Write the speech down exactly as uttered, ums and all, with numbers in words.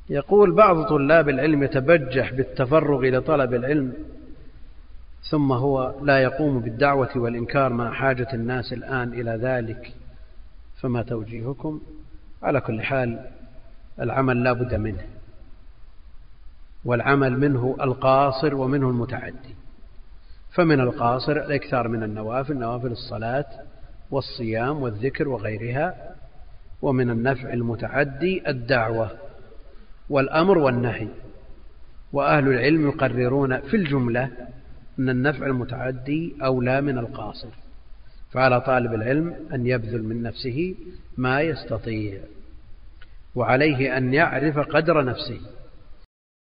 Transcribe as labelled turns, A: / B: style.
A: يقول بعض طلاب العلم يتبجح بالتفرغ إلى طلب العلم ثم هو لا يقوم بالدعوة والإنكار مع حاجة الناس الآن إلى ذلك، فما توجيهكم؟ على كل حال العمل لا بد منه، والعمل منه القاصر ومنه المتعدي. فمن القاصر الإكثار من النوافل، نوافل الصلاة والصيام والذكر وغيرها، ومن النفع المتعدي الدعوة والأمر والنهي. وأهل العلم يقررون في الجملة أن النفع المتعدي أولى من القاصر، فعلى طالب العلم أن يبذل من نفسه ما يستطيع، وعليه أن يعرف قدر نفسه